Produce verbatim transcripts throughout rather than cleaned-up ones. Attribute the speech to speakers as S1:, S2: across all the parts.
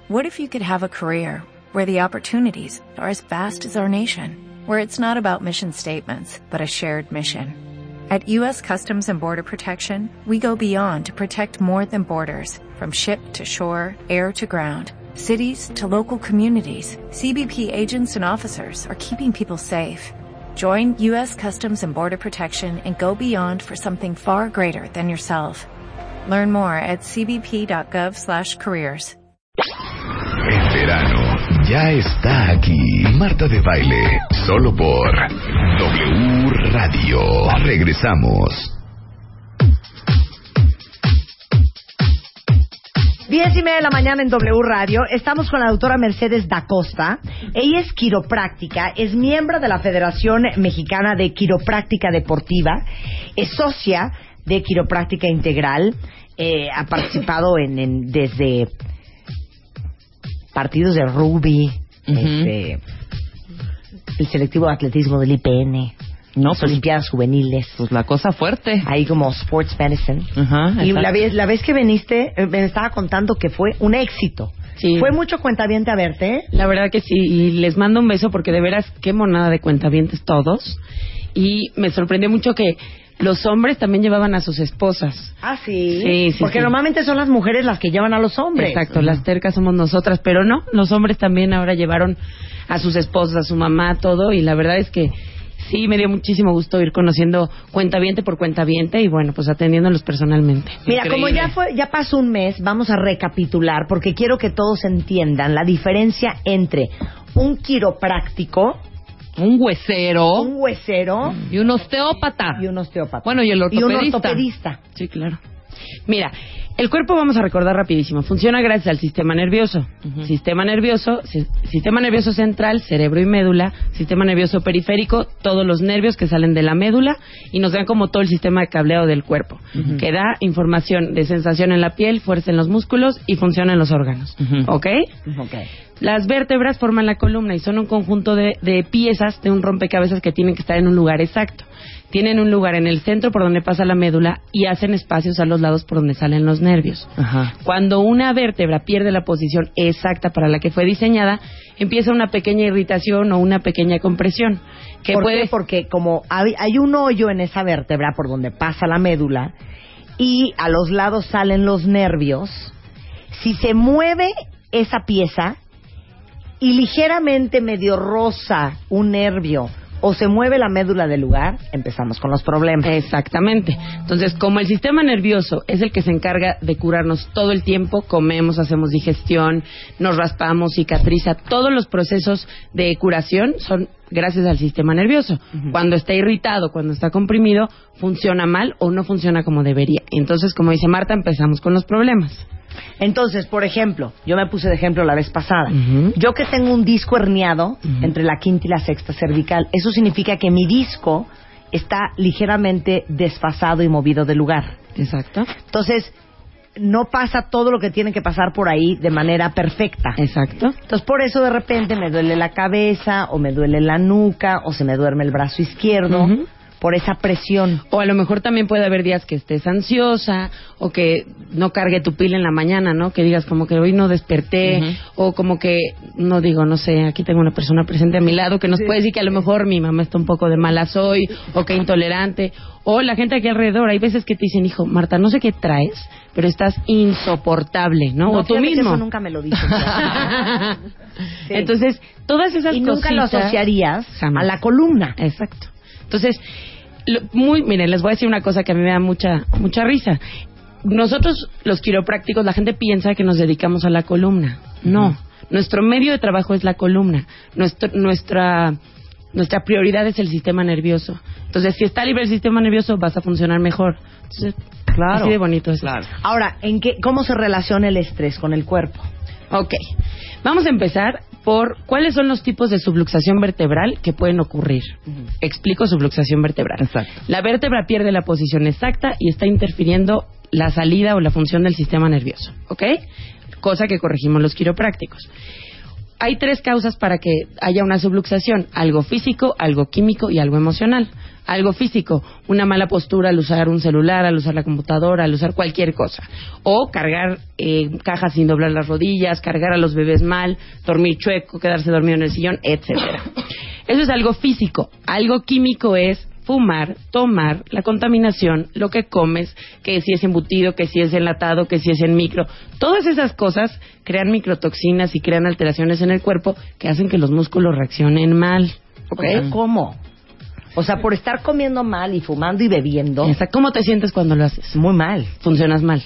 S1: What if you could have a career where the opportunities are as vast as our nation, where it's not about mission statements, but a shared mission? At U S Customs and Border Protection, we go beyond to protect more than borders, from ship to shore, air to ground, cities to local communities. C B P agents and officers are keeping people safe. Join U S Customs and Border Protection and go beyond for something far greater than yourself. Learn more at c b p dot gov slash careers.
S2: El verano ya está aquí. Marta de Baile, solo por W Radio. Regresamos.
S3: Diez y media de la mañana en W Radio. Estamos con la doctora Mercedes Da Costa. Ella es quiropráctica, es miembro de la Federación Mexicana de Quiropráctica Deportiva, es socia de Quiropráctica Integral, eh, ha participado en, en desde partidos de rugby, uh-huh. este, el selectivo de atletismo del I P N, no, pues, olimpiadas juveniles,
S4: pues la cosa fuerte,
S3: ahí como sports medicine.
S4: Uh-huh,
S3: y la vez, la vez que viniste me estaba contando que fue un éxito.
S4: Sí.
S3: Fue mucho cuentaviente a verte.
S4: La verdad que sí, y les mando un beso porque de veras qué monada de cuentavientes todos. Y me sorprendió mucho que los hombres también llevaban a sus esposas.
S3: Ah, sí.
S4: Sí, sí.
S3: Porque
S4: sí.
S3: normalmente son las mujeres las que llevan a los hombres.
S4: Exacto, uh-huh. Las tercas somos nosotras, pero no, los hombres también ahora llevaron a sus esposas, a su mamá, todo, y la verdad es que sí, me dio muchísimo gusto ir conociendo cuentaviente por cuentaviente y bueno, pues atendiéndolos personalmente.
S3: Mira,
S4: Increíble.
S3: como ya fue, ya pasó un mes, vamos a recapitular porque quiero que todos entiendan la diferencia entre un quiropráctico,
S4: un huesero,
S3: un huesero
S4: y un osteópata.
S3: Y un osteópata.
S4: Bueno, y el ortopedista.
S3: Y un ortopedista.
S4: Sí, claro. Mira, el cuerpo, vamos a recordar rapidísimo, funciona gracias al sistema nervioso. Uh-huh. Sistema nervioso, si, sistema nervioso central, cerebro y médula, sistema nervioso periférico, todos los nervios que salen de la médula y nos dan como todo el sistema de cableado del cuerpo, uh-huh. que da información de sensación en la piel, fuerza en los músculos y funciona en los órganos. Uh-huh. ¿Ok?
S3: Ok.
S4: Las vértebras forman la columna y son un conjunto de, de piezas de un rompecabezas que tienen que estar en un lugar exacto. Tienen un lugar en el centro por donde pasa la médula y hacen espacios a los lados por donde salen los nervios. Ajá. Cuando una vértebra pierde la posición exacta para la que fue diseñada, empieza una pequeña irritación o una pequeña compresión. Que
S3: ¿Por
S4: puede...
S3: qué? Porque como hay, hay un hoyo en esa vértebra por donde pasa la médula y a los lados salen los nervios, si se mueve esa pieza y ligeramente medio rosa un nervio o se mueve la médula del lugar, empezamos con los problemas.
S4: Exactamente. Entonces, como el sistema nervioso es el que se encarga de curarnos todo el tiempo, comemos, hacemos digestión, nos raspamos, cicatriza, todos los procesos de curación son gracias al sistema nervioso. Uh-huh. Cuando está irritado, cuando está comprimido, funciona mal o no funciona como debería. Entonces, como dice Marta, empezamos con los problemas.
S3: Entonces, por ejemplo, yo me puse de ejemplo la vez pasada.
S4: Uh-huh.
S3: Yo que tengo un disco herniado uh-huh. entre la quinta y la sexta cervical, eso significa que mi disco está ligeramente desfasado y movido de lugar.
S4: Exacto.
S3: Entonces, no pasa todo lo que tiene que pasar por ahí de manera perfecta.
S4: Exacto.
S3: Entonces, por eso de repente me duele la cabeza, o me duele la nuca, o se me duerme el brazo izquierdo. Uh-huh. Por esa presión.
S4: O a lo mejor también puede haber días que estés ansiosa o que no cargue tu pila en la mañana, ¿no? Que digas como que hoy no desperté uh-huh. o como que, no digo, no sé, aquí tengo una persona presente a mi lado que nos sí. puede decir que a lo mejor mi mamá está un poco de malas hoy o que intolerante. O la gente aquí alrededor, hay veces que te dicen, hijo, Marta, no sé qué traes, pero estás insoportable, ¿no?
S3: no
S4: o tú mismo.
S3: Eso nunca me lo dicen.
S4: sí. Entonces, todas esas
S3: y
S4: cositas...
S3: Y nunca lo asociarías jamás. A la columna.
S4: Exacto. Entonces, lo, muy, miren, les voy a decir una cosa que a mí me da mucha mucha risa. Nosotros, los quiroprácticos, la gente piensa que nos dedicamos a la columna. No, uh-huh. Nuestro medio de trabajo es la columna. Nuestro, nuestra, nuestra prioridad es el sistema nervioso. Entonces, si está libre el sistema nervioso, vas a funcionar mejor. Entonces, claro, así de bonito es.
S3: Claro. Ahora, ¿en qué, cómo se relaciona el estrés con el cuerpo?
S4: Ok, vamos a empezar por cuáles son los tipos de subluxación vertebral que pueden ocurrir. Uh-huh. Explico subluxación vertebral.
S3: Exacto.
S4: La vértebra pierde la posición exacta y está interfiriendo la salida o la función del sistema nervioso, ¿ok? Cosa que corregimos los quiroprácticos. hay tres causas para que haya una subluxación: algo físico, algo químico y algo emocional. Algo físico, una mala postura al usar un celular, al usar la computadora, al usar cualquier cosa. O cargar eh, cajas sin doblar las rodillas, cargar a los bebés mal, dormir chueco, quedarse dormido en el sillón, etcétera. Eso es algo físico. Algo químico es fumar, tomar, la contaminación, lo que comes, que si es embutido, que si es enlatado, que si es en micro. Todas esas cosas crean microtoxinas y crean alteraciones en el cuerpo que hacen que los músculos reaccionen mal.
S3: ¿Okay? ¿Cómo? O sea, por estar comiendo mal y fumando y bebiendo.
S4: Exacto. ¿Cómo te sientes cuando lo haces?
S3: Muy mal.
S4: Funcionas mal.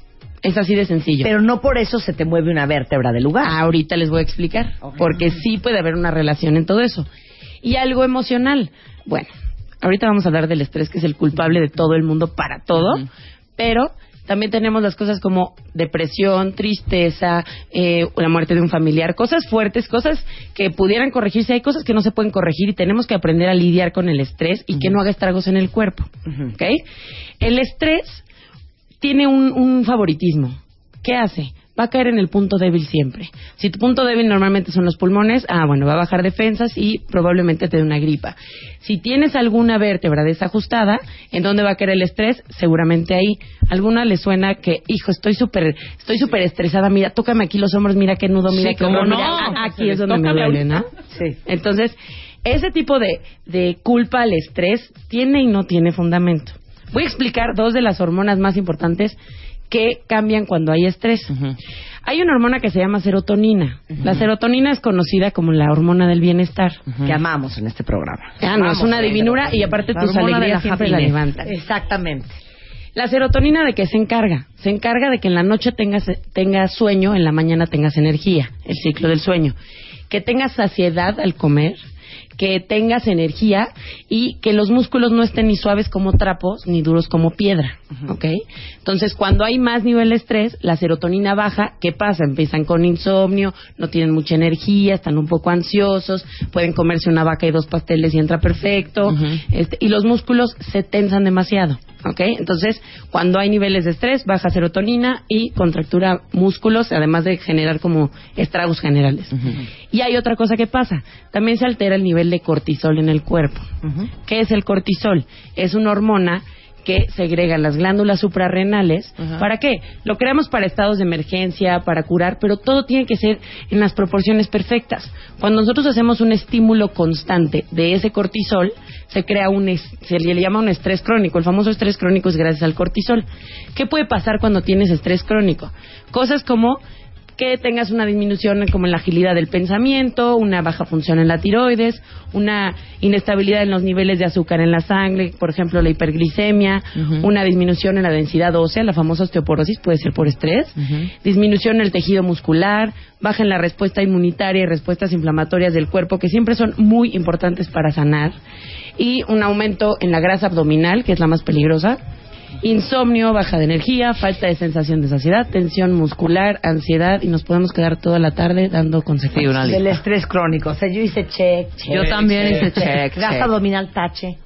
S4: Es así de sencillo.
S3: Pero no por eso se te mueve una vértebra del lugar.
S4: Ahorita les voy a explicar. Okay. Porque sí puede haber una relación en todo eso. Y algo emocional. Bueno, ahorita vamos a hablar del estrés, que es el culpable de todo el mundo para todo. Uh-huh. Pero también tenemos las cosas como depresión, tristeza, eh, la muerte de un familiar, cosas fuertes, cosas que pudieran corregirse. Hay cosas que no se pueden corregir y tenemos que aprender a lidiar con el estrés y uh-huh. que no haga estragos en el cuerpo. Uh-huh. ¿Okay? El estrés tiene un, un favoritismo. ¿Qué hace? Va a caer en el punto débil siempre. Si tu punto débil normalmente son los pulmones, ah, bueno, va a bajar defensas y probablemente te dé una gripa. Si tienes alguna vértebra desajustada, ¿en dónde va a caer el estrés? Seguramente ahí. ¿Alguna le suena que, hijo, estoy súper estoy súper estresada, mira, tócame aquí los hombros, mira qué nudo, mira
S5: sí,
S4: qué horror,
S5: no,
S4: mira, ah, aquí es donde me duele, ¿no?
S3: Sí.
S4: Entonces, ese tipo de, de culpa al estrés tiene y no tiene fundamento. Voy a explicar dos de las hormonas más importantes que cambian cuando hay estrés. Uh-huh. Hay una hormona que se llama serotonina. Uh-huh. La serotonina es conocida como la hormona del bienestar.
S3: Uh-huh. Que amamos en este programa.
S4: Ah, no, es una divinura y aparte la tus alegrías siempre la levantan.
S3: Exactamente.
S4: La serotonina, ¿de qué se encarga? Se encarga de que en la noche tengas, tengas sueño, en la mañana tengas energía, el ciclo del sueño. Que tengas saciedad al comer, que tengas energía y que los músculos no estén ni suaves como trapos ni duros como piedra, uh-huh. ¿ok? Entonces, cuando hay más nivel de estrés, la serotonina baja. ¿Qué pasa? Empiezan con insomnio, no tienen mucha energía, están un poco ansiosos, pueden comerse una vaca y dos pasteles y entra perfecto, uh-huh. este, y los músculos se tensan demasiado, ¿ok? Entonces, cuando hay niveles de estrés, baja serotonina y contractura músculos, además de generar como estragos generales. Uh-huh. Y hay otra cosa que pasa, también se altera el nivel de cortisol en el cuerpo. Uh-huh. ¿Qué es el cortisol? Es una hormona que segrega las glándulas suprarrenales. Uh-huh. ¿Para qué? Lo creamos para estados de emergencia, para curar, pero todo tiene que ser en las proporciones perfectas. Cuando nosotros hacemos un estímulo constante de ese cortisol, se crea un, es, se le llama un estrés crónico. El famoso estrés crónico es gracias al cortisol. ¿Qué puede pasar cuando tienes estrés crónico? Cosas como que tengas una disminución como en la agilidad del pensamiento, una baja función en la tiroides, una inestabilidad en los niveles de azúcar en la sangre, por ejemplo la hiperglicemia, uh-huh. una disminución en la densidad ósea, la famosa osteoporosis puede ser por estrés, uh-huh. disminución en el tejido muscular, baja en la respuesta inmunitaria y respuestas inflamatorias del cuerpo, que siempre son muy importantes para sanar, y un aumento en la grasa abdominal, que es la más peligrosa, insomnio, baja de energía, falta de sensación de saciedad, tensión muscular, ansiedad, y nos podemos quedar toda la tarde dando consecuencias.
S3: Sí, del estrés crónico. O sea, yo hice check, check.
S5: Yo también
S3: check,
S5: hice check.
S3: Grasa
S5: check.
S3: abdominal, tache.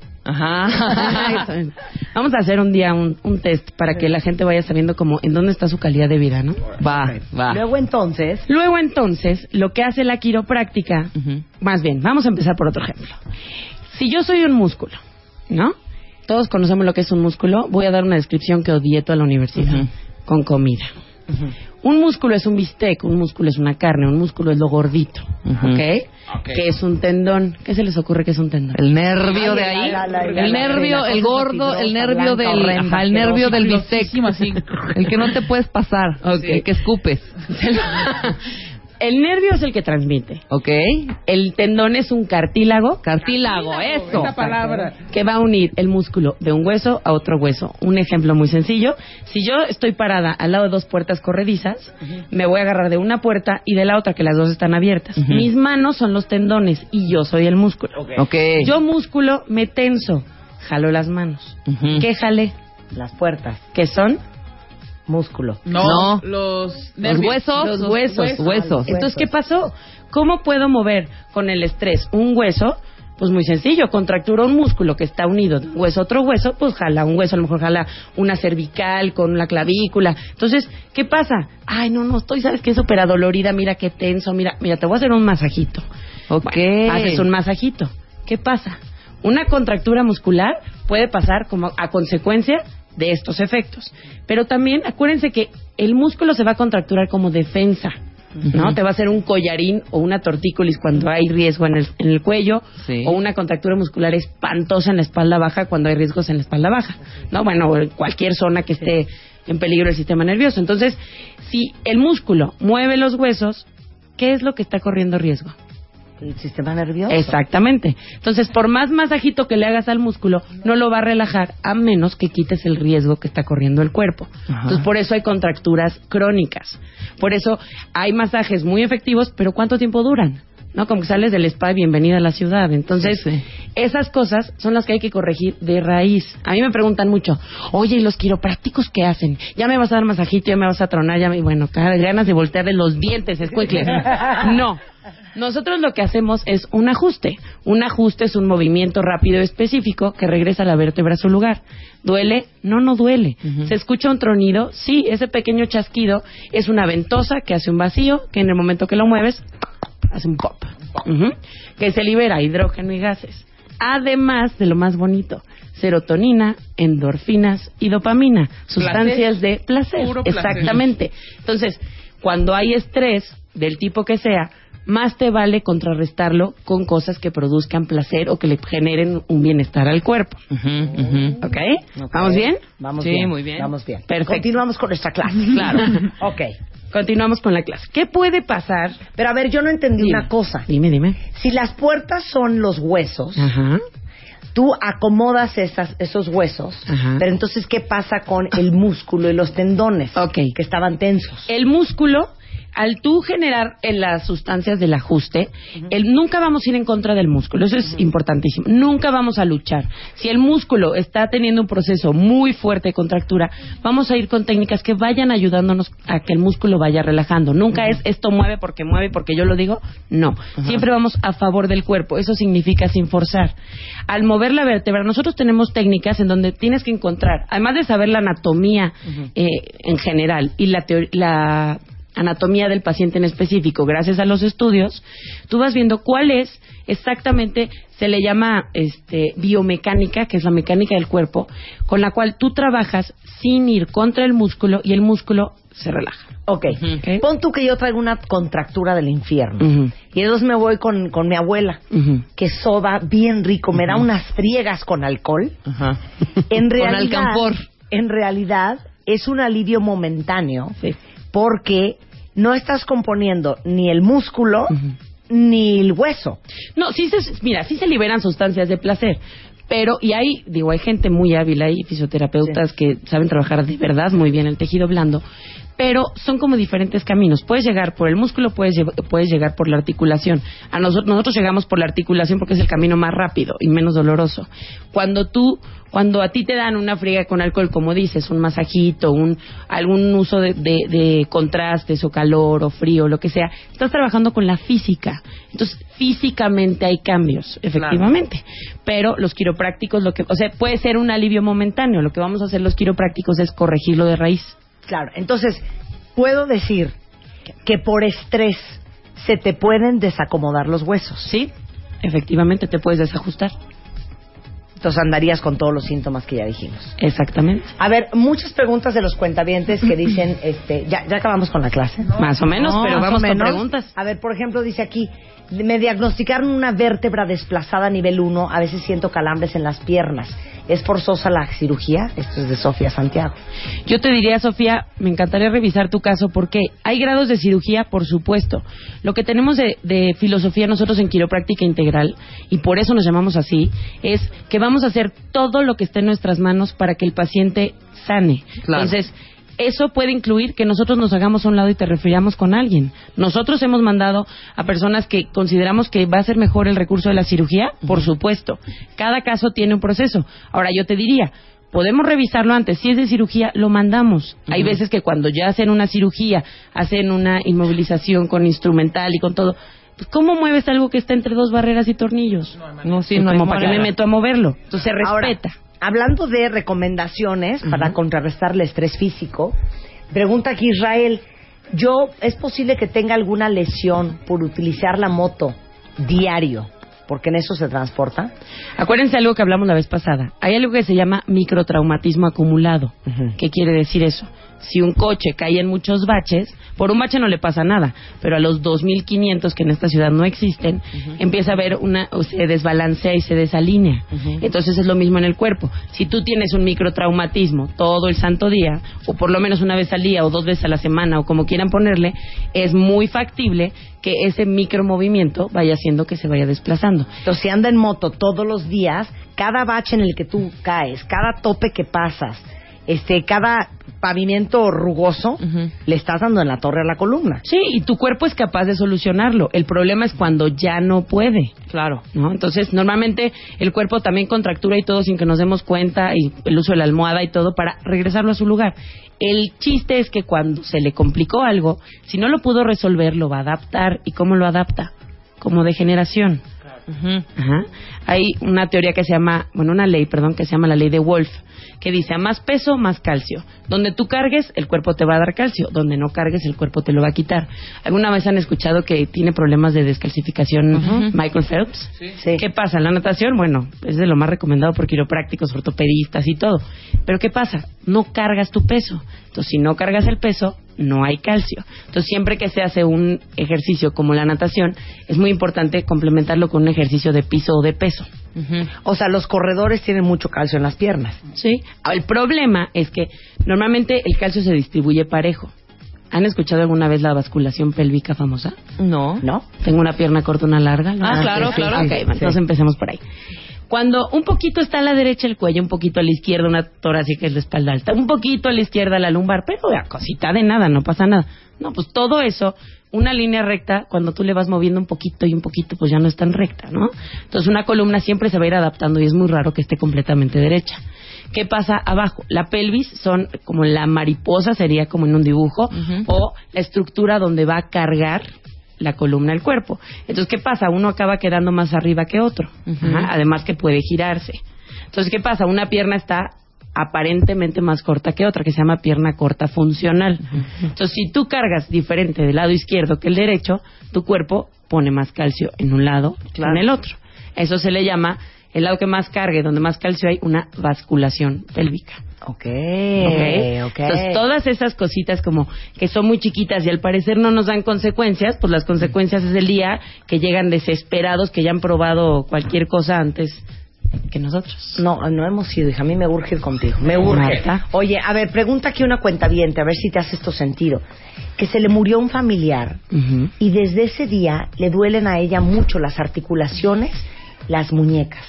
S4: Ajá. Vamos a hacer un día un, un test para que la gente vaya sabiendo como en dónde está su calidad de vida, ¿no?
S5: Va, va.
S3: Luego entonces...
S4: Luego entonces, lo que hace la quiropráctica, uh-huh. más bien, vamos a empezar por otro ejemplo. Si yo soy un músculo, ¿no? Todos conocemos lo que es un músculo. Voy a dar una descripción que odié toda la universidad. Uh-huh. Con comida. Uh-huh. Un músculo es un bistec, un músculo es una carne, un músculo es lo gordito. Uh-huh. ¿Okay? ¿Ok? Que es un tendón. ¿Qué se les ocurre que es un tendón?
S5: El nervio de ahí. La, la, la, la, el nervio, el gordo, el nervio del... Ajá, el nervio del bistec. Así. El que no te puedes pasar. Okay. El que escupes.
S4: El nervio es el que transmite.
S5: Ok.
S4: El tendón es un cartílago.
S5: Cartílago,
S4: cartílago
S5: eso.
S4: Esa palabra. Que va a unir el músculo de un hueso a otro hueso. Un ejemplo muy sencillo. Si yo estoy parada al lado de dos puertas corredizas, uh-huh. me voy a agarrar de una puerta y de la otra, que las dos están abiertas. Uh-huh. Mis manos son los tendones y yo soy el músculo.
S5: Okay. Okay.
S4: Yo músculo me tenso. Jalo las manos. Uh-huh. ¿Qué jalé?
S3: Las puertas.
S4: ¿Qué son?
S3: Músculo.
S5: No, no. Los,
S4: los huesos. Los huesos.
S5: Los huesos.
S4: Entonces, ¿qué pasó? ¿Cómo puedo mover con el estrés un hueso? Pues muy sencillo, contractura un músculo que está unido de un hueso a otro hueso, pues jala un hueso, a lo mejor jala una cervical con la clavícula. Entonces, ¿qué pasa? Ay, no, no estoy, ¿sabes qué? Súper adolorida, mira qué tenso, mira, mira, te voy a hacer un masajito.
S5: Ok.
S4: Bueno, haces un masajito. ¿Qué pasa? Una contractura muscular puede pasar como a consecuencia de estos efectos. Pero también acuérdense que el músculo se va a contracturar como defensa, ¿no? Uh-huh. Te va a hacer un collarín o una tortícolis cuando hay riesgo en el, en el cuello, sí. O una contractura muscular espantosa en la espalda baja cuando hay riesgos en la espalda baja, ¿no? Bueno, cualquier zona que esté en peligro del sistema nervioso. Entonces, si el músculo mueve los huesos, ¿qué es lo que está corriendo riesgo?
S3: El sistema nervioso.
S4: Exactamente. Entonces, por más masajito que le hagas al músculo, no lo va a relajar a menos que quites el riesgo que está corriendo el cuerpo. Ajá. Entonces, por eso hay contracturas crónicas. Por eso hay masajes muy efectivos, pero ¿cuánto tiempo duran? ¿No? Como que sales del spa y bienvenida a la ciudad. Entonces, sí, sí. Esas cosas son las que hay que corregir de raíz. A mí me preguntan mucho, oye, ¿y los quiroprácticos qué hacen? Ya me vas a dar masajito, ya me vas a tronar, ya me... Bueno, cada ganas de voltearle los dientes, escuicle. No. Nosotros lo que hacemos es un ajuste. Un ajuste es un movimiento rápido y específico que regresa la vértebra a su lugar. ¿Duele? No, no duele. Uh-huh. ¿Se escucha un tronido? Sí, ese pequeño chasquido es una ventosa que hace un vacío, que en el momento que lo mueves, hace un pop. Uh-huh. Que se libera hidrógeno y gases. Además de lo más bonito, serotonina, endorfinas y dopamina, sustancias placer. de placer. Puro placer. Exactamente. Entonces, cuando hay estrés del tipo que sea, más te vale contrarrestarlo con cosas que produzcan placer o que le generen un bienestar al cuerpo. Uh-huh, uh-huh. ¿Okay? ¿Ok? ¿Vamos bien?
S3: Vamos
S5: sí,
S3: bien.
S5: muy bien.
S3: Vamos bien.
S4: Perfecto.
S3: Continuamos con nuestra clase.
S4: Claro.
S3: Ok.
S4: Continuamos con la clase. ¿Qué puede pasar?
S3: Pero a ver, yo no entendí
S4: dime.
S3: una cosa.
S4: Dime, dime.
S3: Si las puertas son los huesos,
S4: ajá,
S3: tú acomodas esas, esos huesos, ajá, pero entonces, ¿qué pasa con el músculo y los tendones?
S4: Okay.
S3: Que estaban tensos.
S4: El músculo, al tú generar en las sustancias del ajuste, uh-huh, el, nunca vamos a ir en contra del músculo. Eso es uh-huh. importantísimo. Nunca vamos a luchar. Si el músculo está teniendo un proceso muy fuerte de contractura, vamos a ir con técnicas que vayan ayudándonos a que el músculo vaya relajando. Nunca uh-huh. es esto mueve porque mueve, porque yo lo digo. No. Uh-huh. Siempre vamos a favor del cuerpo. Eso significa sin forzar. Al mover la vértebra, nosotros tenemos técnicas en donde tienes que encontrar, además de saber la anatomía uh-huh. eh, en general y la teoría, la anatomía del paciente en específico, gracias a los estudios, tú vas viendo cuál es exactamente, se le llama este biomecánica, que es la mecánica del cuerpo, con la cual tú trabajas sin ir contra el músculo y el músculo se relaja.
S3: Ok. okay. Pon tú que yo traigo una contractura del infierno. Uh-huh. Y entonces me voy con, con mi abuela, uh-huh. que soba bien rico, me uh-huh. da unas friegas con alcohol. Uh-huh. En realidad, con alcanfor. En realidad es un alivio momentáneo, sí, porque no estás componiendo ni el músculo uh-huh. ni el hueso.
S4: No, sí se, mira, sí se liberan sustancias de placer, pero, y hay, digo, hay gente muy hábil, hay fisioterapeutas sí. que saben trabajar de verdad muy bien el tejido blando, pero son como diferentes caminos. Puedes llegar por el músculo, puedes, puedes llegar por la articulación. A nosotros, nosotros llegamos por la articulación porque es el camino más rápido y menos doloroso. Cuando tú, cuando a ti te dan una friega con alcohol, como dices, un masajito, un algún uso de, de, de contrastes o calor o frío, lo que sea, estás trabajando con la física. Entonces, físicamente hay cambios, efectivamente. Claro. Pero los quiroprácticos, lo que, o sea, puede ser un alivio momentáneo. Lo que vamos a hacer los quiroprácticos es corregirlo de raíz.
S3: Claro, entonces, puedo decir que por estrés se te pueden desacomodar los huesos.
S4: Sí, efectivamente te puedes desajustar.
S3: Entonces andarías con todos los síntomas que ya dijimos.
S4: Exactamente.
S3: A ver, muchas preguntas de los cuentavientes que dicen, este, ya, ya acabamos con la clase.
S4: No, más o menos, no, pero vamos con preguntas.
S3: A ver, por ejemplo, dice aquí, me diagnosticaron una vértebra desplazada a nivel uno, a veces siento calambres en las piernas. ¿Es forzosa la cirugía? Esto es de Sofía Santiago.
S4: Yo te diría, Sofía, me encantaría revisar tu caso porque hay grados de cirugía, por supuesto. Lo que tenemos de, de filosofía nosotros en quiropráctica integral, y por eso nos llamamos así, es que vamos a hacer todo lo que esté en nuestras manos para que el paciente sane. Claro. Entonces, eso puede incluir que nosotros nos hagamos a un lado y te refiramos con alguien. Nosotros hemos mandado a personas que consideramos que va a ser mejor el recurso de la cirugía, por uh-huh. supuesto. Cada caso tiene un proceso. Ahora, yo te diría, podemos revisarlo antes. Si es de cirugía, lo mandamos. Uh-huh. Hay veces que cuando ya hacen una cirugía, hacen una inmovilización con instrumental y con todo, Pues, ¿cómo mueves algo que está entre dos barreras y tornillos?
S5: No, sí,
S4: pues,
S5: no
S4: como
S5: hay
S4: para qué me meto a moverlo. Entonces se respeta.
S3: Ahora, hablando de recomendaciones uh-huh. para contrarrestar el estrés físico, pregunta aquí Israel, yo, ¿es posible que tenga alguna lesión por utilizar la moto diario? Porque en eso se transporta.
S4: Acuérdense algo que hablamos la vez pasada. Hay algo que se llama microtraumatismo acumulado. Uh-huh. ¿Qué quiere decir eso? Si un coche cae en muchos baches, por un bache no le pasa nada, pero a los dos mil quinientos que en esta ciudad no existen, uh-huh. empieza a haber una, o se desbalancea y se desalinea. Uh-huh. Entonces es lo mismo en el cuerpo. Si tú tienes un microtraumatismo todo el santo día, o por lo menos una vez al día, o dos veces a la semana, o como quieran ponerle, es muy factible que ese micromovimiento vaya haciendo que se vaya desplazando.
S3: Entonces, si anda en moto todos los días, cada bache en el que tú caes, cada tope que pasas, este, cada pavimento rugoso, uh-huh. le estás dando en la torre a la columna.
S4: Sí, y tu cuerpo es capaz de solucionarlo. El problema es cuando ya no puede.
S5: Claro.
S4: ¿No? Entonces, normalmente el cuerpo también contractura y todo sin que nos demos cuenta, y el uso de la almohada y todo para regresarlo a su lugar. El chiste es que cuando se le complicó algo, si no lo pudo resolver, lo va a adaptar. ¿Y cómo lo adapta? Como degeneración. Uh-huh. Ajá. Hay una teoría que se llama, bueno, una ley, perdón, que se llama la ley de Wolf, que dice a más peso, más calcio. Donde tú cargues, el cuerpo te va a dar calcio. Donde no cargues, el cuerpo te lo va a quitar. ¿Alguna vez han escuchado que tiene problemas de descalcificación uh-huh. Michael Phelps?
S5: Sí. Sí.
S4: ¿Qué pasa? La natación, bueno, es de lo más recomendado por quiroprácticos, ortopedistas y todo. Pero ¿qué pasa? No cargas tu peso. Entonces, si no cargas el peso, no hay calcio. Entonces, siempre que se hace un ejercicio como la natación, es muy importante complementarlo con un ejercicio de piso o de peso.
S3: Uh-huh. O sea, los corredores tienen mucho calcio en las piernas.
S4: Sí. El problema es que normalmente el calcio se distribuye parejo. ¿Han escuchado alguna vez la basculación pélvica famosa?
S5: No.
S3: ¿No?
S4: Tengo una pierna corta, una larga. ¿No?
S5: Ah, claro,
S4: sí,
S5: claro.
S4: Ok, sí. Entonces empecemos por ahí. Cuando un poquito está a la derecha el cuello, un poquito a la izquierda una torácica, es la espalda alta, un poquito a la izquierda la lumbar, pero la cosita de nada, no pasa nada. No, pues todo eso, una línea recta, cuando tú le vas moviendo un poquito y un poquito, pues ya no es tan recta, ¿no? Entonces una columna siempre se va a ir adaptando y es muy raro que esté completamente derecha. ¿Qué pasa abajo? La pelvis son como la mariposa, sería como en un dibujo, uh-huh. o la estructura donde va a cargar la columna del cuerpo. Entonces, ¿qué pasa? Uno acaba quedando más arriba que otro. Uh-huh. Ajá, además que puede girarse. Entonces, ¿qué pasa? Una pierna está aparentemente más corta que otra, que se llama pierna corta funcional. Uh-huh. Entonces, si tú cargas diferente del lado izquierdo que el derecho, tu cuerpo pone más calcio en un lado claro. que en el otro. Eso se le llama, el lado que más cargue, donde más calcio hay, una basculación pélvica.
S3: Okay,
S4: okay,
S3: ok.
S4: Entonces, todas esas cositas como que son muy chiquitas y al parecer no nos dan consecuencias, pues las consecuencias es el día que llegan desesperados, que ya han probado cualquier cosa antes que nosotros.
S3: No, no hemos ido, hija. A mí me urge ir contigo. Me urge. Marta. Oye, a ver, pregunta aquí una cuentaviente, a ver si te hace esto sentido. Que se le murió un familiar uh-huh. y desde ese día le duelen a ella mucho las articulaciones, las muñecas.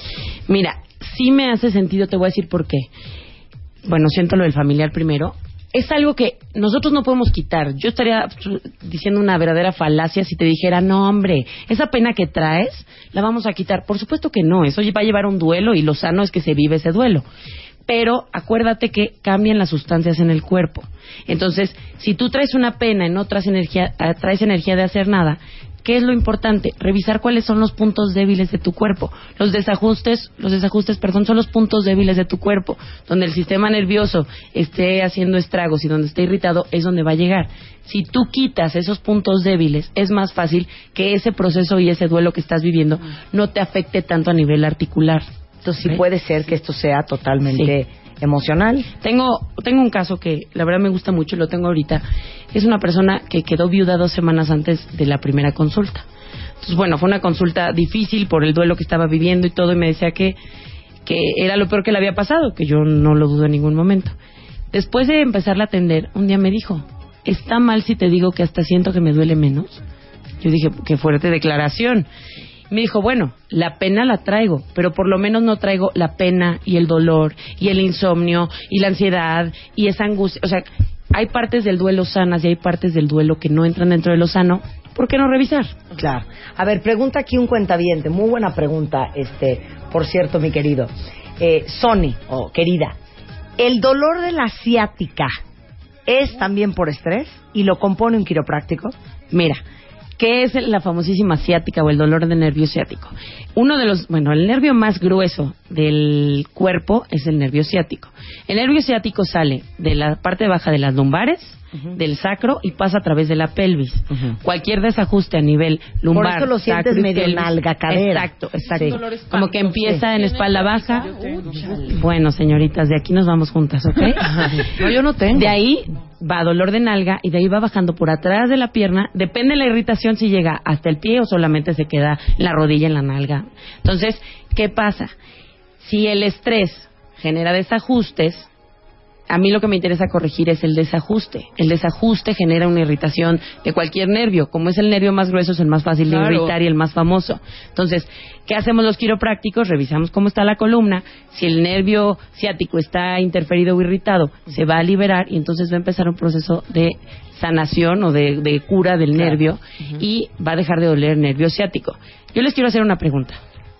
S4: Mira, sí me hace sentido, te voy a decir por qué. Bueno, siento lo del familiar primero. Es algo que nosotros no podemos quitar. Yo estaría diciendo una verdadera falacia si te dijera, no, hombre, esa pena que traes la vamos a quitar. Por supuesto que no, eso va a llevar un duelo y lo sano es que se vive ese duelo. Pero acuérdate que cambian las sustancias en el cuerpo. Entonces, si tú traes una pena y no traes energía, traes energía de hacer nada, ¿qué es lo importante? Revisar cuáles son los puntos débiles de tu cuerpo. Los desajustes, los desajustes, perdón, son los puntos débiles de tu cuerpo. Donde el sistema nervioso esté haciendo estragos y donde esté irritado es donde va a llegar. Si tú quitas esos puntos débiles, es más fácil que ese proceso y ese duelo que estás viviendo no te afecte tanto a nivel articular.
S3: Entonces, sí ¿sí? puede ser que esto sea totalmente sí. emocional.
S4: Tengo tengo un caso que la verdad me gusta mucho y lo tengo ahorita. Es una persona que quedó viuda dos semanas antes de la primera consulta. Entonces, bueno, fue una consulta difícil por el duelo que estaba viviendo y todo, y me decía que, que era lo peor que le había pasado, que yo no lo dudo en ningún momento. Después de empezarla a atender, un día me dijo, ¿está mal si te digo que hasta siento que me duele menos? Yo dije, qué fuerte declaración. Me dijo, bueno, la pena la traigo, pero por lo menos no traigo la pena y el dolor y el insomnio y la ansiedad y esa angustia. O sea, hay partes del duelo sanas y hay partes del duelo que no entran dentro de lo sano. ¿Por qué no revisar?
S3: Claro. A ver, pregunta aquí un cuentaviente. Muy buena pregunta, este, por cierto, mi querido. Eh, Sony, o oh, querida, ¿el dolor de la ciática es también por estrés y lo compone un quiropráctico?
S4: Mira, ¿Qué es la famosísima ciática o el dolor de nervio ciático? Uno de los, bueno, el nervio más grueso del cuerpo es el nervio ciático. El nervio ciático sale de la parte baja de las lumbares, uh-huh. del sacro y pasa a través de la pelvis. Uh-huh. Cualquier desajuste a nivel lumbar,
S3: por eso lo sientes medio
S4: pelvis,
S3: nalga, cadera.
S4: Exacto, exacto. Sí. Como que empieza sí. en espalda baja. Bueno, señoritas, de aquí nos vamos juntas, ¿ok?
S5: No, yo no tengo.
S4: De ahí va dolor de nalga y de ahí va bajando por atrás de la pierna. Depende de la irritación si llega hasta el pie o solamente se queda en la rodilla, en la nalga. Entonces, ¿qué pasa? Si el estrés genera desajustes, a mí lo que me interesa corregir es el desajuste. El desajuste genera una irritación de cualquier nervio. Como es el nervio más grueso, es el más fácil claro. de irritar y el más famoso. Entonces, ¿qué hacemos los quiroprácticos? Revisamos cómo está la columna. Si el nervio ciático está interferido o irritado, se va a liberar y entonces va a empezar un proceso de sanación o de, de cura del claro. nervio uh-huh. y va a dejar de doler el nervio ciático. Yo les quiero hacer una pregunta.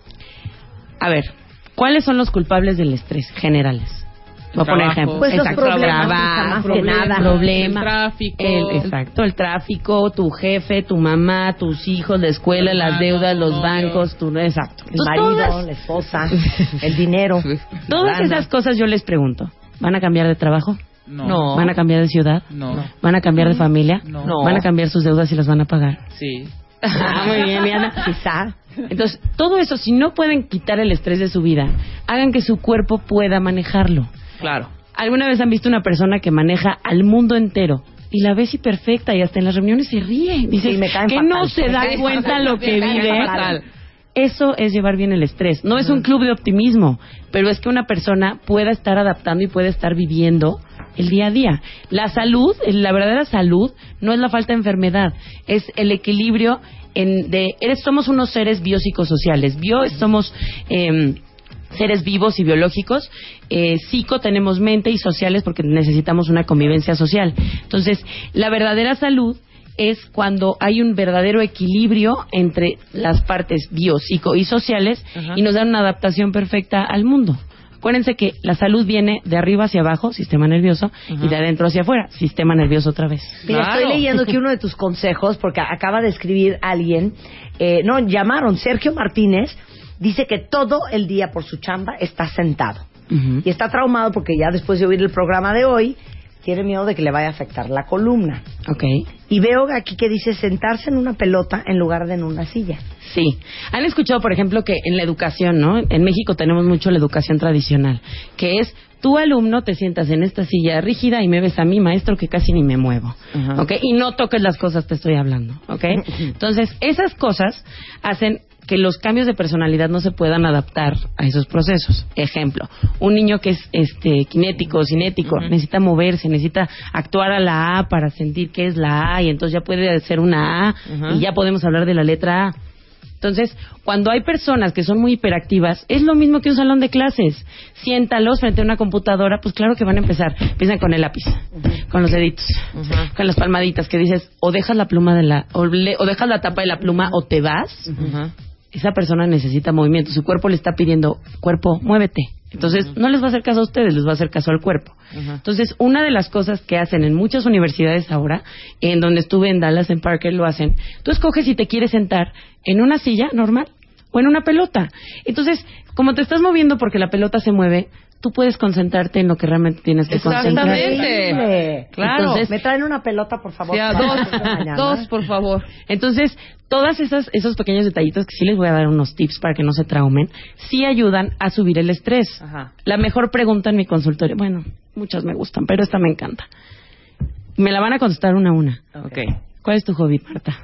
S4: A ver, ¿cuáles son los culpables del estrés generales? Voy a poner ejemplo.
S3: Pues los
S4: exacto.
S3: problemas,
S4: Trabajo,
S3: más
S4: problema,
S3: que nada.
S4: Problema,
S5: el tráfico.
S4: El, exacto, el tráfico, tu jefe, tu mamá, tus hijos, la escuela, las deudas, los novio. bancos, tu, exacto.
S3: El marido, todas, la esposa, el dinero.
S4: Todas
S3: lana.
S4: esas cosas yo les pregunto. ¿Van a cambiar de trabajo?
S5: No.
S4: ¿Van a cambiar de ciudad?
S5: No.
S4: ¿Van a cambiar de familia?
S5: No.
S4: ¿Van a cambiar sus deudas y las van a pagar?
S5: Sí.
S4: Ah, muy bien, Diana.
S3: Quizá.
S4: Entonces, todo eso, si no pueden quitar el estrés de su vida, hagan que su cuerpo pueda manejarlo.
S5: Claro.
S4: ¿Alguna vez han visto una persona que maneja al mundo entero y la ves y perfecta y hasta en las reuniones se ríe? Dice
S3: sí,
S4: que
S3: fatal.
S4: no se da cuenta lo que vive.
S5: Fatal.
S4: Eso es llevar bien el estrés. No es un club de optimismo, pero es que una persona pueda estar adaptando y pueda estar viviendo el día a día. La salud, la verdadera salud, no es la falta de enfermedad, es el equilibrio en de eres, somos unos seres biopsicosociales. Bio somos eh, seres vivos y biológicos, eh, psico tenemos mente y sociales porque necesitamos una convivencia social. Entonces, la verdadera salud es cuando hay un verdadero equilibrio entre las partes bio, psico y sociales uh-huh. y nos dan una adaptación perfecta al mundo. Acuérdense que la salud viene de arriba hacia abajo, sistema nervioso, uh-huh. y de adentro hacia afuera, sistema nervioso otra vez.
S3: Mira, claro. Estoy leyendo aquí uno de tus consejos porque acaba de escribir alguien, eh, no, llamaron Sergio Martínez. Dice que todo el día por su chamba está sentado. Uh-huh. Y está traumado porque ya después de oír el programa de hoy, tiene miedo de que le vaya a afectar la columna.
S4: Okay.
S3: Y veo aquí que dice sentarse en una pelota en lugar de en una silla.
S4: Sí. Han escuchado, por ejemplo, que en la educación, ¿no? En México tenemos mucho la educación tradicional, que es tu alumno te sientas en esta silla rígida y me ves a mí, maestro, que casi ni me muevo. Uh-huh. ¿Ok? Y no toques las cosas, te estoy hablando. ¿Ok? Entonces, esas cosas hacen que los cambios de personalidad no se puedan adaptar a esos procesos. Ejemplo, un niño que es este kinético o cinético, uh-huh. necesita moverse, necesita actuar a la A para sentir que es la A y entonces ya puede ser una A uh-huh. y ya podemos hablar de la letra A. Entonces, cuando hay personas que son muy hiperactivas, es lo mismo que un salón de clases. Siéntalos frente a una computadora, pues claro que van a empezar. Empiezan con el lápiz, uh-huh. con los deditos, uh-huh. con las palmaditas que dices, o dejas la pluma de la, o, le, o dejas la tapa de la pluma o te vas. Uh-huh. Esa persona necesita movimiento. Su cuerpo le está pidiendo, cuerpo, muévete. Entonces, uh-huh. no les va a hacer caso a ustedes, les va a hacer caso al cuerpo. Uh-huh. Entonces, una de las cosas que hacen en muchas universidades ahora, en donde estuve en Dallas, en Parker, lo hacen, tú escoges si te quieres sentar en una silla normal o en una pelota. Entonces, como te estás moviendo porque la pelota se mueve, tú puedes concentrarte en lo que realmente tienes que concentrar.
S5: Exactamente. Claro.
S3: Entonces, me traen una pelota, por favor.
S5: Ya, dos, dos, por favor.
S4: Entonces, todas esas esos pequeños detallitos que sí les voy a dar unos tips para que no se traumen, sí ayudan a subir el estrés. Ajá. La mejor pregunta en mi consultorio, bueno, muchas me gustan, pero esta me encanta. Me la van a contestar una a una.
S3: Okay.
S4: ¿Cuál es tu hobby, Marta?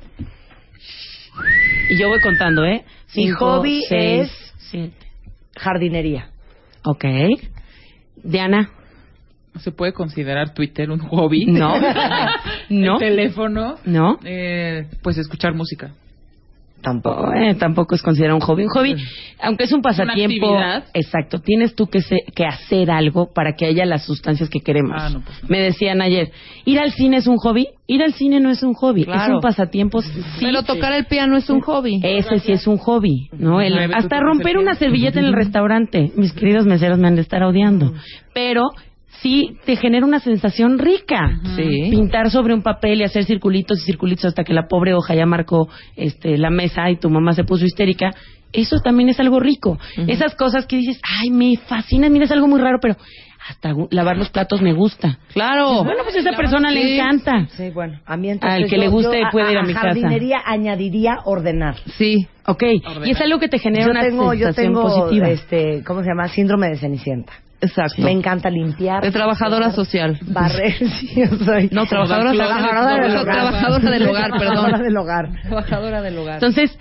S4: Y yo voy contando, ¿eh?
S3: Mi
S4: Cinco,
S3: hobby
S4: seis,
S3: es
S4: siete.
S3: jardinería.
S4: Ok. Diana.
S5: ¿Se puede considerar Twitter un hobby?
S4: No. No.
S5: ¿El teléfono?
S4: No.
S5: Eh, pues escuchar música.
S4: Tampoco, eh, tampoco es considerado un hobby. Un hobby, aunque es un pasatiempo,
S5: ¿una actividad?
S4: Exacto, tienes tú que, se, que hacer algo para que haya las sustancias que queremos.
S5: Ah, no, pues no.
S4: Me decían ayer, ¿ir al cine es un hobby? Ir al cine no es un hobby,
S5: claro.
S4: es un pasatiempo. Sí,
S5: pero tocar el piano es un hobby.
S4: Ese sí es un hobby, ¿no? El, hasta romper una servilleta en el restaurante. Mis queridos meseros me han de estar odiando. Pero sí te genera una sensación rica.
S5: Sí.
S4: Pintar sobre un papel y hacer circulitos y circulitos hasta que la pobre hoja ya marcó este, la mesa y tu mamá se puso histérica. Eso también es algo rico. Uh-huh. Esas cosas que dices, ay, me fascina, mira, es algo muy raro, pero hasta lavar los platos me gusta.
S5: Claro.
S4: Bueno, pues a esa persona sí. le encanta.
S3: Sí, bueno, a mí entonces
S4: al que
S3: yo,
S4: le guste
S3: yo,
S4: puede
S3: a,
S4: ir a,
S3: a
S4: mi casa.
S3: jardinería añadiría ordenar.
S5: Sí.
S4: Ok, ordenar. Y es algo que te genera
S3: yo
S4: una
S3: tengo,
S4: sensación
S3: yo tengo,
S4: positiva.
S3: Este, ¿cómo se llama? Síndrome de Cenicienta.
S5: Exacto.
S3: Me encanta limpiar.
S5: De trabajadora social.
S3: Barrer, sí, yo soy.
S5: No, trabajadora,
S3: trabajadora del hogar.
S5: Trabajadora del hogar, perdón.
S3: Trabajadora del hogar.
S5: Trabajadora del hogar.
S4: Entonces,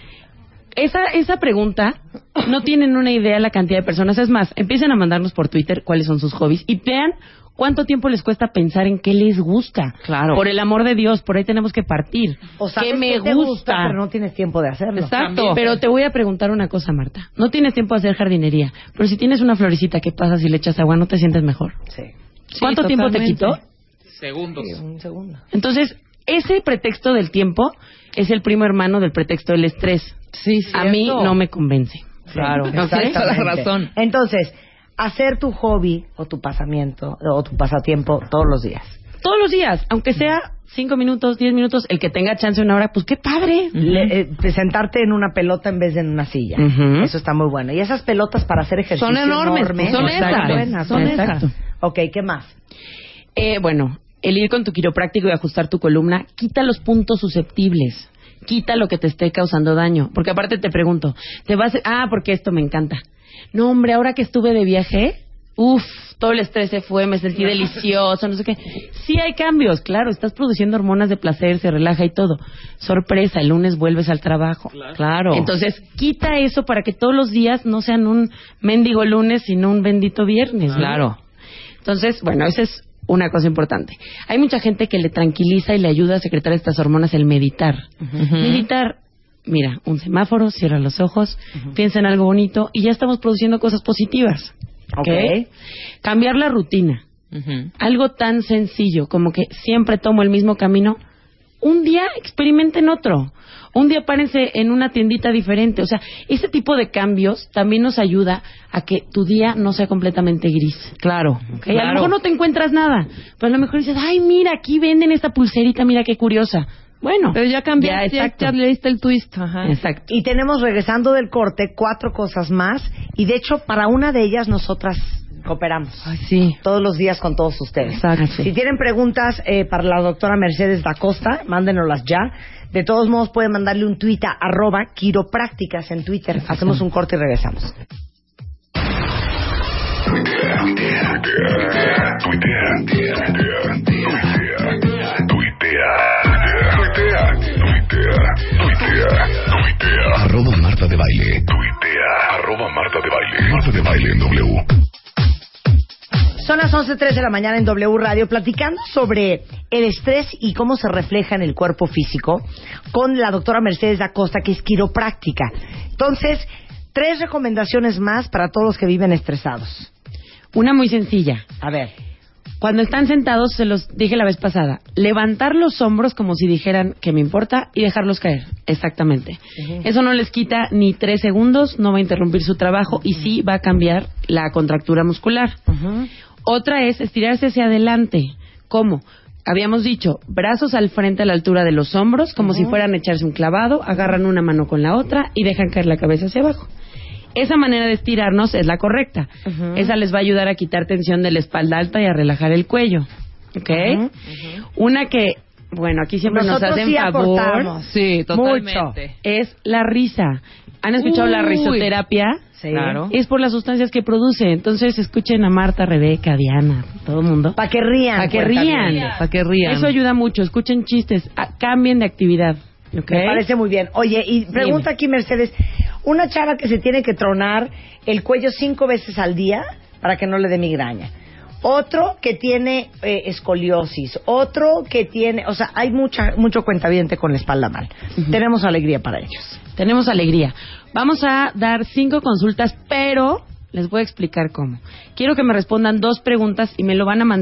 S4: esa esa pregunta, no tienen una idea la cantidad de personas. Es más, empiecen a mandarnos por Twitter cuáles son sus hobbies y vean cuánto tiempo les cuesta pensar en qué les gusta.
S5: Claro.
S4: Por el amor de Dios, por ahí tenemos que partir.
S3: O sabes
S4: ¿Qué me
S3: qué te
S4: gusta?
S3: gusta, pero no tienes tiempo de hacerlo.
S5: Exacto.
S4: También. Pero te voy a preguntar una cosa, Marta. No tienes tiempo de hacer jardinería, pero si tienes una florecita, ¿qué pasa si le echas agua? ¿No te sientes mejor?
S3: Sí.
S4: ¿Cuánto
S5: sí,
S4: tiempo te
S5: totalmente.
S4: quitó?
S6: Segundos.
S3: Sí, un segundo.
S4: Entonces, ese pretexto del tiempo es el primo hermano del pretexto del estrés.
S5: Sí,
S4: A mí no me convence.
S5: Claro.
S3: Sí,
S5: No tienes toda la
S3: exactamente.
S5: razón.
S3: Entonces, hacer tu hobby o tu pasamiento o tu pasatiempo todos los días.
S4: Todos los días, aunque sea cinco minutos, diez minutos, el que tenga chance una hora, pues qué padre.
S3: Le- eh, sentarte en una pelota en vez de en una silla.
S4: Ujú.
S3: Eso está muy bueno. Y esas pelotas para hacer ejercicio
S5: Son enormes,
S3: enorme,
S5: son
S3: están
S5: esas,
S3: buenas,
S5: son
S4: Exacto.
S5: esas.
S3: Ok, ¿qué más?
S4: Eh, bueno, el ir con tu quiropráctico y ajustar tu columna, quita los puntos susceptibles. Quita lo que te esté causando daño. Porque aparte te pregunto, ¿te vas a... Ah, porque esto me encanta. No, hombre, ahora que estuve de viaje, uff, todo el estrés se fue, me sentí delicioso, no sé qué. Sí hay cambios, claro, estás produciendo hormonas de placer, se relaja y todo. Sorpresa, el lunes vuelves al trabajo.
S5: Claro.
S4: Entonces, quita eso para que todos los días no sean un mendigo lunes, sino un bendito viernes. ¿no?
S5: Claro.
S4: Entonces, bueno, esa es una cosa importante. Hay mucha gente que le tranquiliza y le ayuda a secretar estas hormonas el meditar.
S5: Ujú.
S4: Meditar, mira, un semáforo, cierra los ojos, piensa en algo bonito y ya estamos produciendo cosas positivas. ¿Ok?
S3: Ok.
S4: Cambiar la rutina.
S5: Ujú.
S4: Algo tan sencillo como que siempre tomo el mismo camino. Un día experimenten otro. Un día párense en una tiendita diferente. O sea, ese tipo de cambios también nos ayuda a que tu día no sea completamente gris.
S5: Claro.
S4: ¿Ok? A
S5: Claro.
S4: lo mejor no te encuentras nada, pero a lo mejor dices, ay, mira, aquí venden esta pulserita, mira qué curiosa. Bueno,
S5: Pero ya cambiaste, ya,
S4: exacto.
S5: ya le diste el twist. Ajá.
S4: Exacto.
S3: Y tenemos, regresando del corte, cuatro cosas más. Y de hecho, para una de ellas nosotras cooperamos.
S5: Ay, sí.
S3: Todos los días con todos ustedes.
S5: Exacto.
S3: Si tienen preguntas eh, para la doctora Mercedes da Costa, mándenoslas ya. De todos modos, pueden mandarle un tuit a arroba quiroprácticas en Twitter. Hacemos un corte y regresamos.
S2: Tuitea, tuitea, tuitea, tuitea, tuitea, tuitea, tuitea, tuitea. Arroba Marta de Baile. Tuitea. Arroba Marta de Baile. Marta de Baile en W.
S3: Son las once tres de la mañana en W Radio, platicando sobre el estrés y cómo se refleja en el cuerpo físico con la doctora Mercedes da Costa, que es quiropráctica. Entonces, tres recomendaciones más para todos los que viven estresados.
S4: Una muy sencilla.
S3: A ver.
S4: Cuando están sentados, se los dije la vez pasada, levantar los hombros como si dijeran que me importa y dejarlos caer. Exactamente.
S3: Uh-huh.
S4: Eso no les quita ni tres segundos, no va a interrumpir su trabajo y sí va a cambiar la contractura muscular.
S3: Uh-huh.
S4: Otra es estirarse hacia adelante. ¿Cómo? Habíamos dicho, brazos al frente a la altura de los hombros, como uh-huh. si fueran a echarse un clavado, agarran una mano con la otra y dejan caer la cabeza hacia abajo. Esa manera de estirarnos es la correcta. Uh-huh. Esa les va a ayudar a quitar tensión de la espalda alta y a relajar el cuello. ¿Ok? Uh-huh. Uh-huh. Una que, bueno, aquí siempre
S3: Nosotros
S4: nos hacen
S3: sí
S4: favor.
S3: aportamos.
S5: Sí, totalmente.
S3: Mucho.
S4: Es la risa. ¿Han escuchado
S5: Uy.
S4: la risoterapia?
S3: Sí.
S5: Claro.
S4: Es por las sustancias que produce. Entonces escuchen a Marta, Rebeca, Diana, todo el mundo.
S3: Para que rían.
S4: Para que
S3: cuenta
S4: rían.
S3: bien.
S5: Para que rían.
S4: Eso ayuda mucho. Escuchen chistes. A- cambien de actividad. ¿Okay?
S3: Me parece muy bien. Oye, y pregunta
S4: Dime.
S3: aquí Mercedes, una chava que se tiene que tronar el cuello cinco veces al día para que no le dé migraña. Otro que tiene eh, escoliosis. Otro que tiene... O sea, hay mucha mucho cuentaviente con la espalda mal. Uh-huh. Tenemos alegría para ellos.
S4: Tenemos alegría. Vamos a dar cinco consultas, pero les voy a explicar cómo. Quiero que me respondan dos preguntas y me lo van a mandar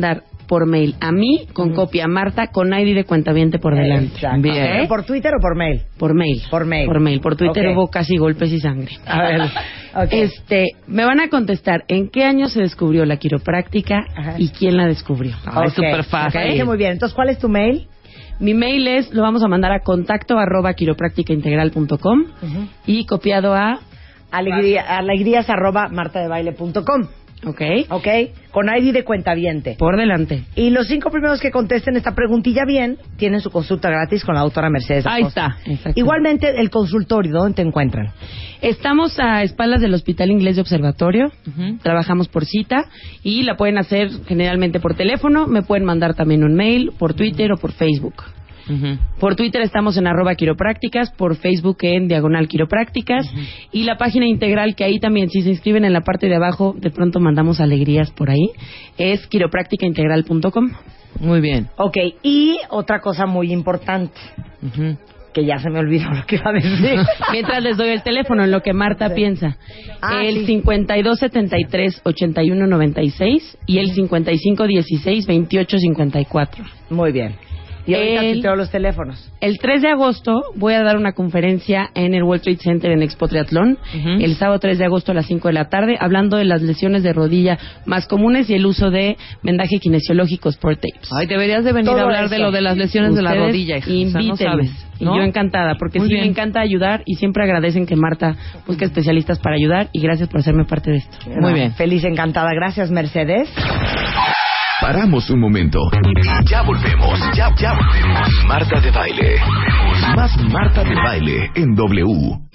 S4: por mail a mí, con uh-huh. copia a Marta, con I D de cuentaviente por delante.
S3: Exacto. Bien. Okay. ¿Por Twitter o por mail?
S4: Por mail.
S3: Por mail.
S4: Por mail. Por Twitter okay. hubo casi golpes y sangre. A ver. Okay. Este, me van a contestar en qué año se descubrió la quiropráctica Ajá. y quién la descubrió.
S3: Ah, es súper fácil. Okay. Muy bien. Entonces, ¿cuál es tu mail?
S4: Mi mail es, lo vamos a mandar a contacto arroba quiroprácticaintegral punto com uh-huh. y copiado a
S3: alegría, alegrías arroba martadebaile punto com.
S4: Ok.
S3: Ok, con I D de cuentaviente.
S4: Por delante.
S3: Y los cinco primeros que contesten esta preguntilla bien, tienen su consulta gratis con la doctora Mercedes
S5: Acosta.
S3: Ahí está. Igualmente, el consultorio, ¿dónde te encuentran?
S4: Estamos a espaldas del Hospital Inglés de Observatorio. Uh-huh. Trabajamos por cita y la pueden hacer generalmente por teléfono. Me pueden mandar también un mail, por Twitter uh-huh. o por Facebook. Uh-huh. Por Twitter estamos en arroba quiroprácticas, por Facebook en diagonal quiroprácticas uh-huh. y la página integral, que ahí también, si se inscriben en la parte de abajo, de pronto mandamos alegrías por ahí, es quiroprácticaintegral punto com.
S5: Muy bien.
S3: Ok, y otra cosa muy importante, uh-huh. que ya se me olvidó lo que iba a decir.
S4: Mientras les doy el teléfono, en lo que Marta sí. piensa. Ah, el sí. cincuenta y dos setenta y tres ochenta y uno noventa y seis y el cincuenta y cinco dieciséis veintiocho cincuenta y cuatro.
S3: Muy bien. Y ahorita el, te los teléfonos.
S4: El tres de agosto voy a dar una conferencia en el World Trade Center en Expo Triatlón. Uh-huh. El sábado tres de agosto a las cinco de la tarde, hablando de las lesiones de rodilla más comunes y el uso de vendaje kinesiológico Sport Tapes.
S5: Ay, deberías de venir Todo a hablar eso. de lo de las lesiones Ustedes de la rodilla.
S4: Invítenme. O sea, no sabes, ¿no? Y yo encantada, porque Muy sí bien. me encanta ayudar y siempre agradecen que Marta busque especialistas para ayudar y gracias por hacerme parte de esto.
S3: Muy no, bien. Feliz, encantada. Gracias, Mercedes.
S2: Paramos un momento. Ya volvemos, ya, ya volvemos. Marta de Baile. Más Marta de Baile en W.